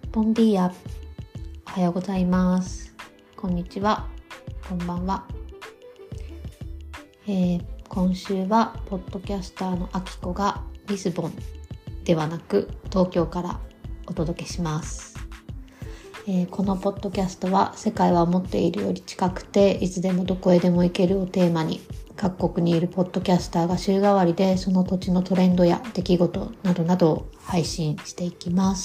ボンディーヤ、おはようございます。こんにちは、こんばんは。今週はポッドキャスターのあきこがリスボンではなく東京からお届けします。このポッドキャストは世界は思っているより近くていつでもどこへでも行けるをテーマに、各国にいるポッドキャスターが週替わりでその土地のトレンドや出来事などなどを配信していきます。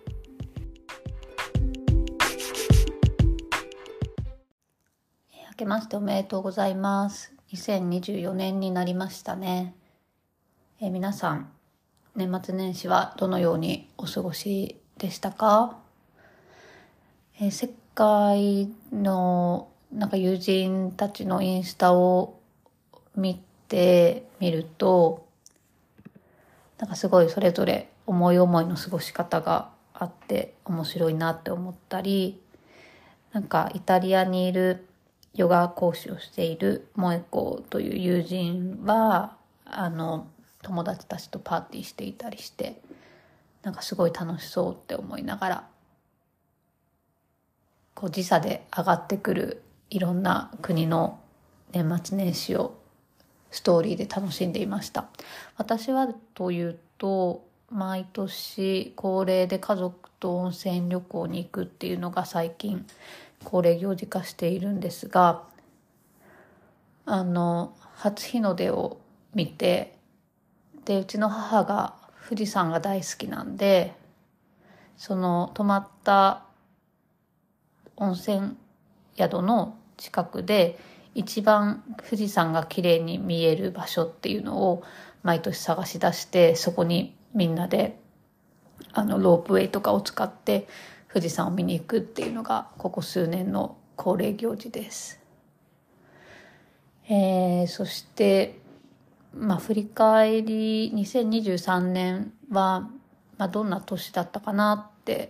明けましておめでとうございます。2024年になりましたね。皆さん、年末年始はどのようにお過ごしでしたか？世界の友人たちのインスタを見てみると、すごいそれぞれ思い思いの過ごし方があって面白いなって思ったり、イタリアにいるヨガ講師をしている萌子という友人は友達たちとパーティーしていたりして、すごい楽しそうって思いながら、時差で上がってくるいろんな国の年末年始をストーリーで楽しんでいました。私はというと、毎年恒例で家族と温泉旅行に行くっていうのが最近恒例行事化しているんですが、初日の出を見て、でうちの母が富士山が大好きなんで、その泊まった温泉宿の近くで一番富士山が綺麗に見える場所っていうのを毎年探し出して、そこにみんなでロープウェイとかを使って富士山を見に行くっていうのがここ数年の恒例行事です。そして振り返り2023年は、どんな年だったかなって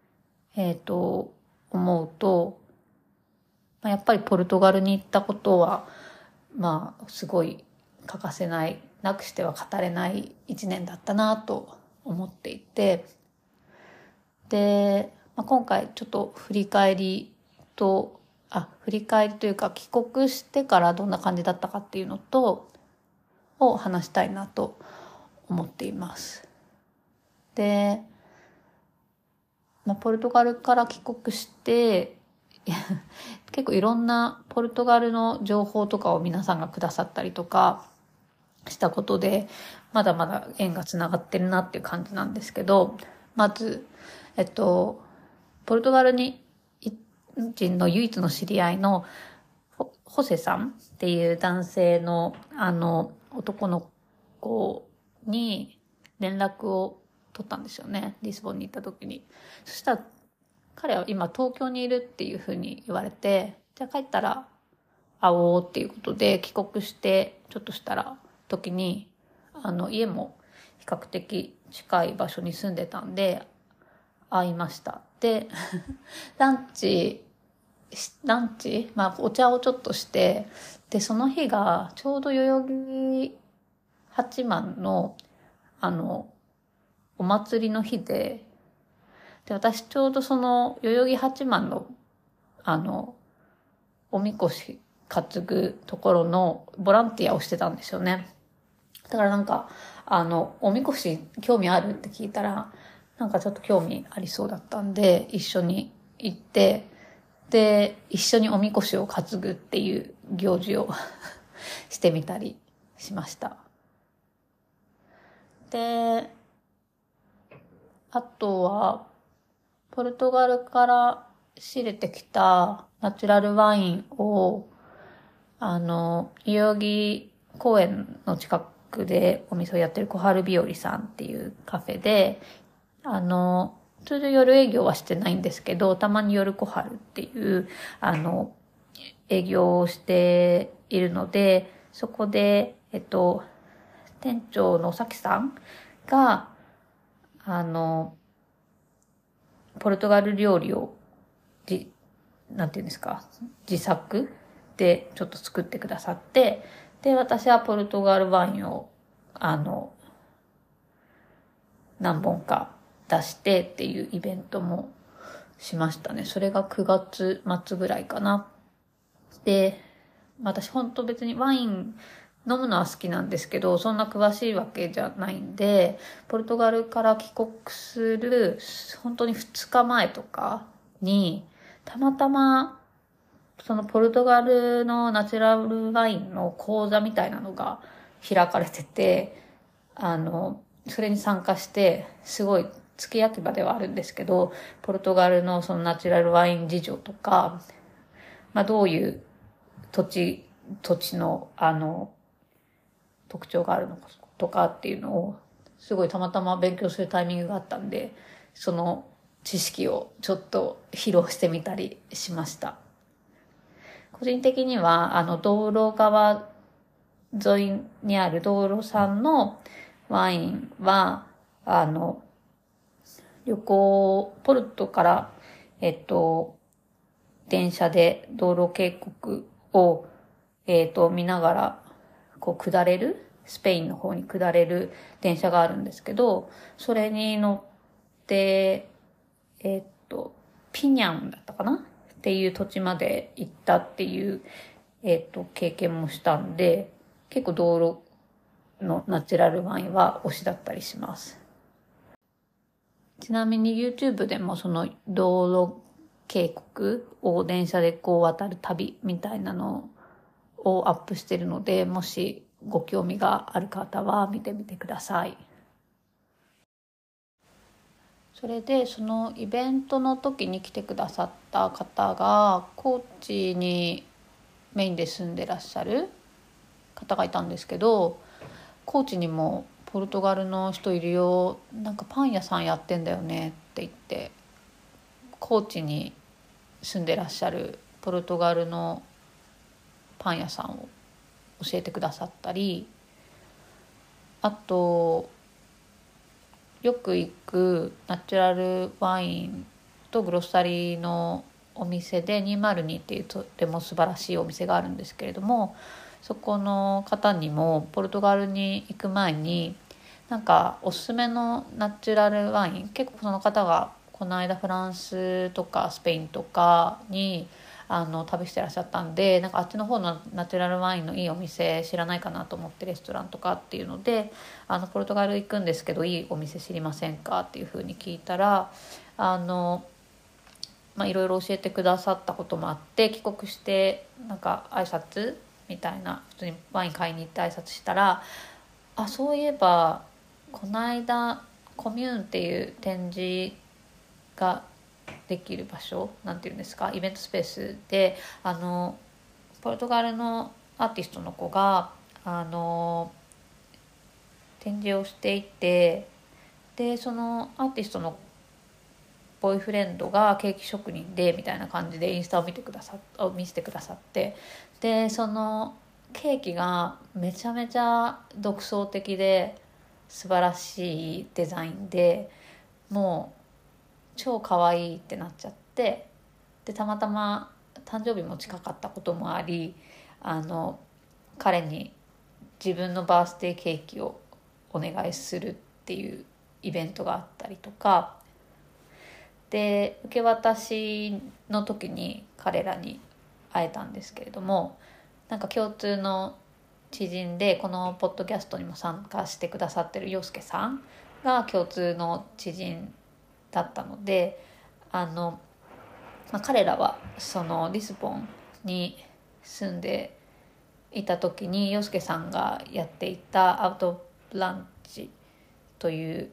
思うと、やっぱりポルトガルに行ったことはすごい欠かせない、なくしては語れない一年だったなと思っていて、で、今回ちょっと振り返りというか、帰国してからどんな感じだったかっていうのを話したいなと思っています。で、ポルトガルから帰国して結構いろんなポルトガルの情報とかを皆さんがくださったりとかしたことで、まだまだ縁がつながってるなっていう感じなんですけど、まずポルトガル人の唯一の知り合いのホセさんっていう男性の男の子に連絡を取ったんですよね、リスボンに行った時に。そしたら彼は今東京にいるっていうふうに言われて、じゃあ帰ったら会おうっていうことで帰国してちょっとした時に家も比較的近い場所に住んでたんで会いました。でランチ、お茶をちょっとして、でその日がちょうど代々木八幡のお祭りの日で、私ちょうどその代々木八幡のおみこし担ぐところのボランティアをしてたんですよね。だからおみこし興味あるって聞いたら、ちょっと興味ありそうだったんで一緒に行って、で一緒におみこしを担ぐっていう行事をしてみたりしました。で、あとはポルトガルから仕入れてきたナチュラルワインを代々木公園の近くでお店をやってる小春日和さんっていうカフェで、通常夜営業はしてないんですけど、たまに夜小春っていう営業をしているので、そこで店長のさきさんがポルトガル料理をなんていうんですか、自作でちょっと作ってくださって、で私はポルトガルワインを何本か出してっていうイベントもしましたね。それが9月末ぐらいかな。で、私本当別にワイン飲むのは好きなんですけど、そんな詳しいわけじゃないんで、ポルトガルから帰国する本当に2日前とかに、たまたまそのポルトガルのナチュラルワインの講座みたいなのが開かれてて、それに参加して、すごい付け焼き場ではあるんですけど、ポルトガルのそのナチュラルワイン事情とか、どういう土地の特徴があるのかとかっていうのを、すごいたまたま勉強するタイミングがあったんで、その知識をちょっと披露してみたりしました。個人的には、道路側沿いにある道路産のワインは、ポルトから、電車で道路渓谷を、見ながら、下れる、スペインの方に下れる電車があるんですけど、それに乗って、ピニャンだったかなっていう土地まで行ったっていう、経験もしたんで、結構道路のナチュラルワインは推しだったりします。ちなみに YouTube でもその道路渓谷を電車で渡る旅みたいなのをアップしてるので、もしご興味がある方は見てみてください。それでそのイベントの時に来てくださった方が高知にメインで住んでらっしゃる方がいたんですけど、高知にもポルトガルの人いるよ、なんかパン屋さんやってんだよねって言って、高知に住んでらっしゃるポルトガルのパン屋さんを教えてくださったり、あとよく行くナチュラルワインとグロッサリーのお店で202っていうとても素晴らしいお店があるんですけれども、そこの方にもポルトガルに行く前になんかおすすめのナチュラルワイン、結構その方がこの間フランスとかスペインとかに旅してらっしゃったんで、なんかあっちの方のナチュラルワインのいいお店知らないかなと思って、レストランとかっていうのでポルトガル行くんですけどいいお店知りませんかっていうふうに聞いたら、いろいろ教えてくださったこともあって、帰国してなんか挨拶みたいな、普通にワイン買いに行って挨拶したら、そういえばこの間コミューンっていう展示ができる場所、なんていうんですか、イベントスペースでポルトガルのアーティストの子が展示をしていて、でそのアーティストのボーイフレンドがケーキ職人でみたいな感じでインスタを見せてくださって、でそのケーキがめちゃめちゃ独創的で素晴らしいデザインで、もう超可愛いってなっちゃって、でたまたま誕生日も近かったこともあり、彼に自分のバースデーケーキをお願いするっていうイベントがあったりとかで、受け渡しの時に彼らに会えたんですけれども、なんか共通の知人でこのポッドキャストにも参加してくださってる洋介さんが共通の知人だったので、彼らはそのリスボンに住んでいた時に洋介さんがやっていたアウトランチという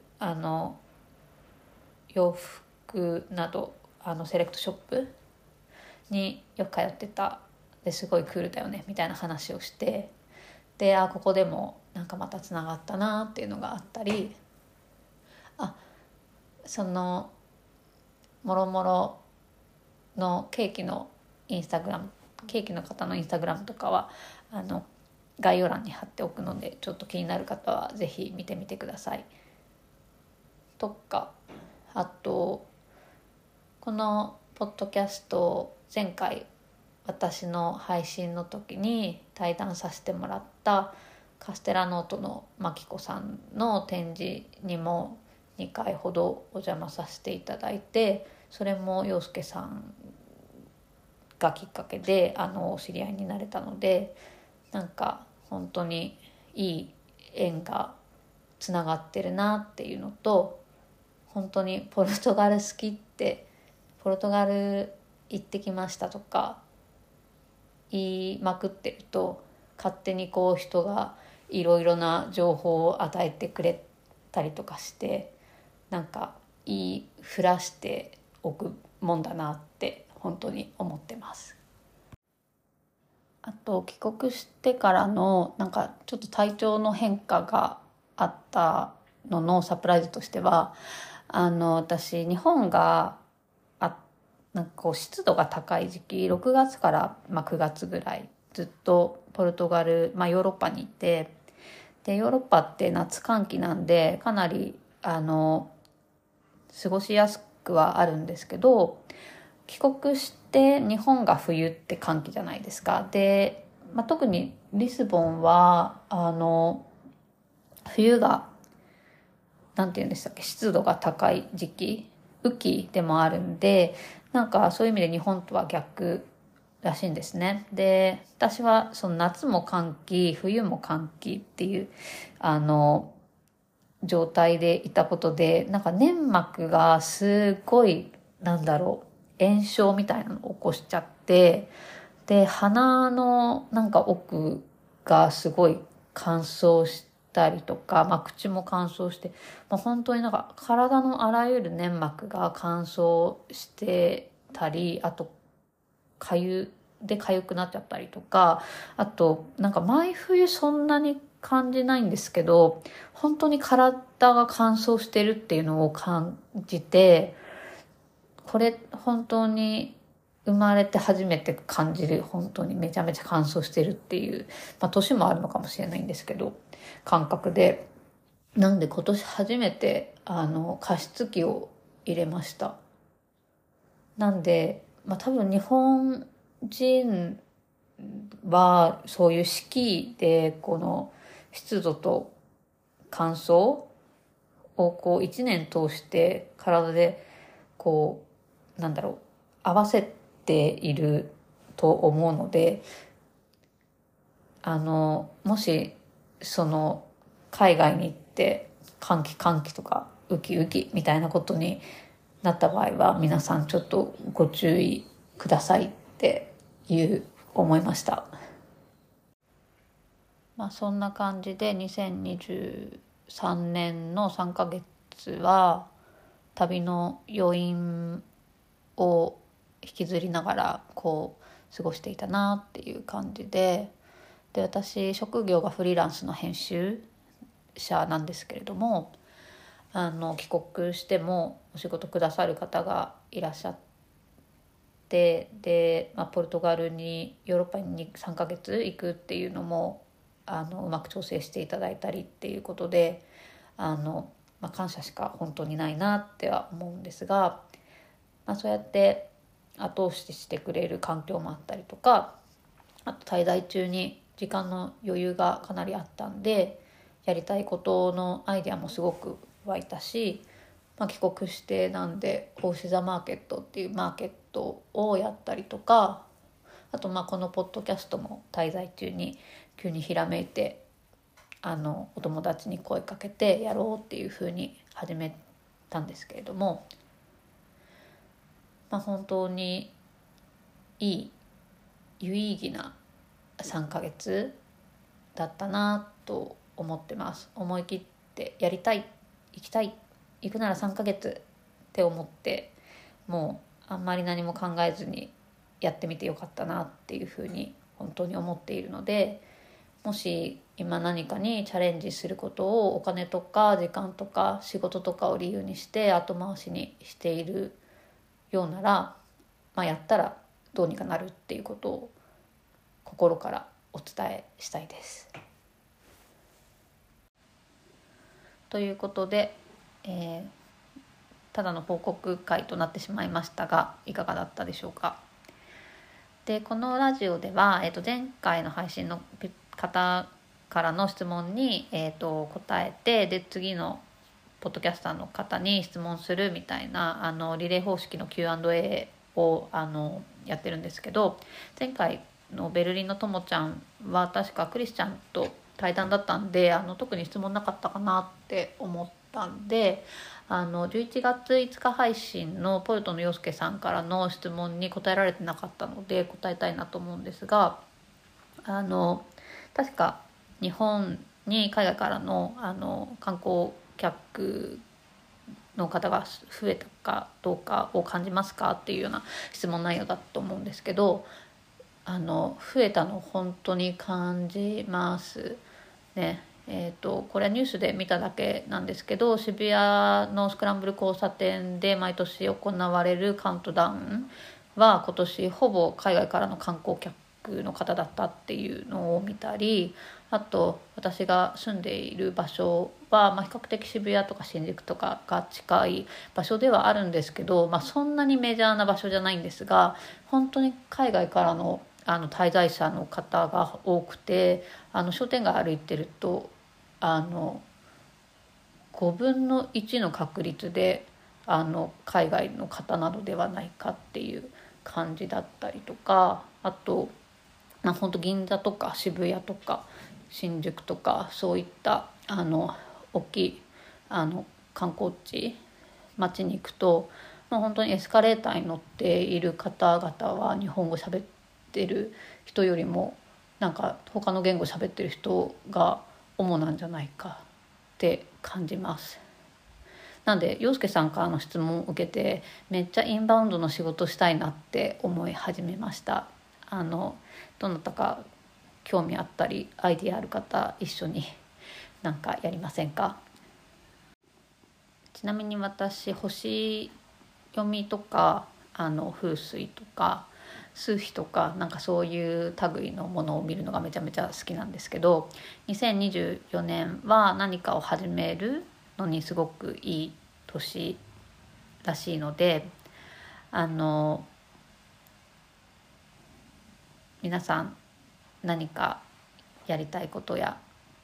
洋服などセレクトショップによく通ってた、ですごいクールだよねみたいな話をして、でここでもなんかまたつながったなっていうのがあったり、そのもろもろのケーキの方のインスタグラムとかは概要欄に貼っておくので、ちょっと気になる方はぜひ見てみてください。とか、あとこのポッドキャスト前回私の配信の時に対談させてもらったカステラノートのマキコさんの展示にも 2回ほどお邪魔させていただいて、それも陽介さんがきっかけでお知り合いになれたので、なんか本当にいい縁がつながってるなっていうのと、本当にポルトガル好きって、ポルトガル行ってきましたとか言いまくってると、勝手にこう人がいろいろな情報を与えてくれたりとかして、なんか言いふらしておくもんだなって本当に思ってます。あと帰国してからのなんかちょっと体調の変化があったののサプライズとしては、私日本がなんかこう湿度が高い時期、6月から、9月ぐらいずっとポルトガル、ヨーロッパにいて、でヨーロッパって夏寒気なんでかなり過ごしやすくはあるんですけど、帰国して日本が冬って寒気じゃないですか。で、特にリスボンは冬がなんて言うんでしたっけ、湿度が高い時期、雨季でもあるんで、なんかそういう意味で日本とは逆らしいんですね。で、私はその夏も寒気、冬も寒気っていう状態でいたことで、なんか粘膜がすごい炎症みたいなのを起こしちゃって、で鼻のなんか奥がすごい乾燥したりとか、口も乾燥して、本当になんか体のあらゆる粘膜が乾燥してたり、あと痒くなっちゃったりとか、あとなんか毎冬そんなに感じないんですけど、本当に体が乾燥してるっていうのを感じて、これ本当に生まれて初めて感じる、本当にめちゃめちゃ乾燥してるっていう、年もあるのかもしれないんですけど、感覚で。なんで今年初めて加湿器を入れました。なんで、多分日本人はそういう四季でこの湿度と乾燥をこう一年通して体でこう合わせていると思うので、もしその海外に行って寒気とかウキウキみたいなことになった場合は、皆さんちょっとご注意くださいって思いました。そんな感じで2023年の3ヶ月は旅の余韻を引きずりながらこう過ごしていたなっていう感じで、私職業がフリーランスの編集者なんですけれども、帰国してもお仕事くださる方がいらっしゃって、で、ポルトガルにヨーロッパに3ヶ月行くっていうのもうまく調整していただいたりっていうことで、感謝しか本当にないなっては思うんですが、そうやって後押ししてくれる環境もあったりとか、あと滞在中に時間の余裕がかなりあったんで、やりたいことのアイデアもすごく湧いたし、帰国してなんでオーシザマーケットっていうマーケットをやったりとか、あとこのポッドキャストも滞在中に急にひらめいてお友達に声かけてやろうっていう風に始めたんですけれども、本当にいい有意義な3ヶ月だったなと思ってます。思い切ってやりたい、行きたい、行くなら3ヶ月って思って、もうあんまり何も考えずにやってみてよかったなっていうふうに本当に思っているので、もし今何かにチャレンジすることをお金とか時間とか仕事とかを理由にして後回しにしているようなら、やったらどうにかなるっていうことを心からお伝えしたいです。ということで、ただの報告会となってしまいましたが、いかがだったでしょうか。でこのラジオでは、前回の配信の方からの質問に、答えて、で次のポッドキャスターの方に質問するみたいなリレー方式の Q&A をやってるんですけど、前回のベルリンのともちゃんは確かクリスチャンと対談だったんで特に質問なかったかなって思ったんで、11月5日配信のポルトの陽介さんからの質問に答えられてなかったので答えたいなと思うんですが、確か日本に海外からの観光客の方が増えたかどうかを感じますかっていうような質問内容だと思うんですけど、増えたの本当に感じますね。これはニュースで見ただけなんですけど、渋谷のスクランブル交差点で毎年行われるカウントダウンは今年ほぼ海外からの観光客の方だったっていうのを見たり、あと私が住んでいる場所は、比較的渋谷とか新宿とかが近い場所ではあるんですけど、そんなにメジャーな場所じゃないんですが、本当に海外からの滞在者の方が多くて、商店街歩いてると5分の1の確率で海外の方なのではないかっていう感じだったりとか、あと本当銀座とか渋谷とか新宿とかそういった大きい観光地街に行くと、本当にエスカレーターに乗っている方々は日本語喋ってる人よりも他の言語喋ってる人が主なんじゃないかって感じます。なんで陽介さんからの質問を受けてめっちゃインバウンドの仕事したいなって思い始めました。どなたか興味あったりアイディアある方一緒にやりませんか？ちなみに私星読みとか風水とか数秘とかそういう類のものを見るのがめちゃめちゃ好きなんですけど、2024年は何かを始めるのにすごくいい年らしいので、皆さん何かやりたいことや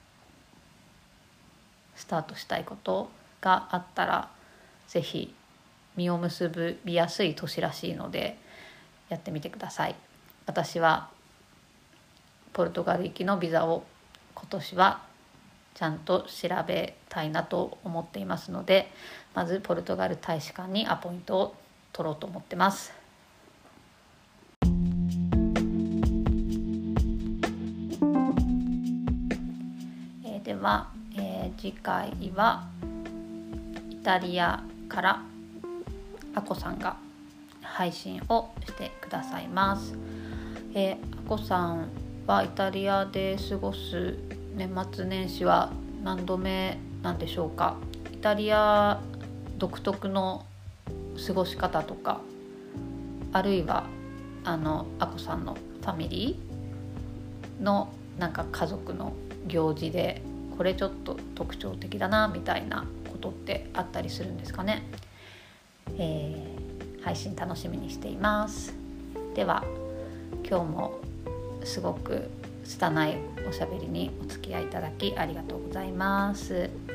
スタートしたいことがあったらぜひ実を結びやすい年らしいのでやってみてください。私はポルトガル行きのビザを今年はちゃんと調べたいなと思っていますので、まずポルトガル大使館にアポイントを取ろうと思ってます。では、次回はイタリアからあこさんが配信をしてくださいます。あこさんはイタリアで過ごす年末年始は何度目なんでしょうか？イタリア独特の過ごし方とか、あるいはあこさんのファミリーの家族の行事でこれちょっと特徴的だなみたいなことってあったりするんですかね？配信楽しみにしています。では今日もすごく拙いおしゃべりにお付き合いいただきありがとうございます。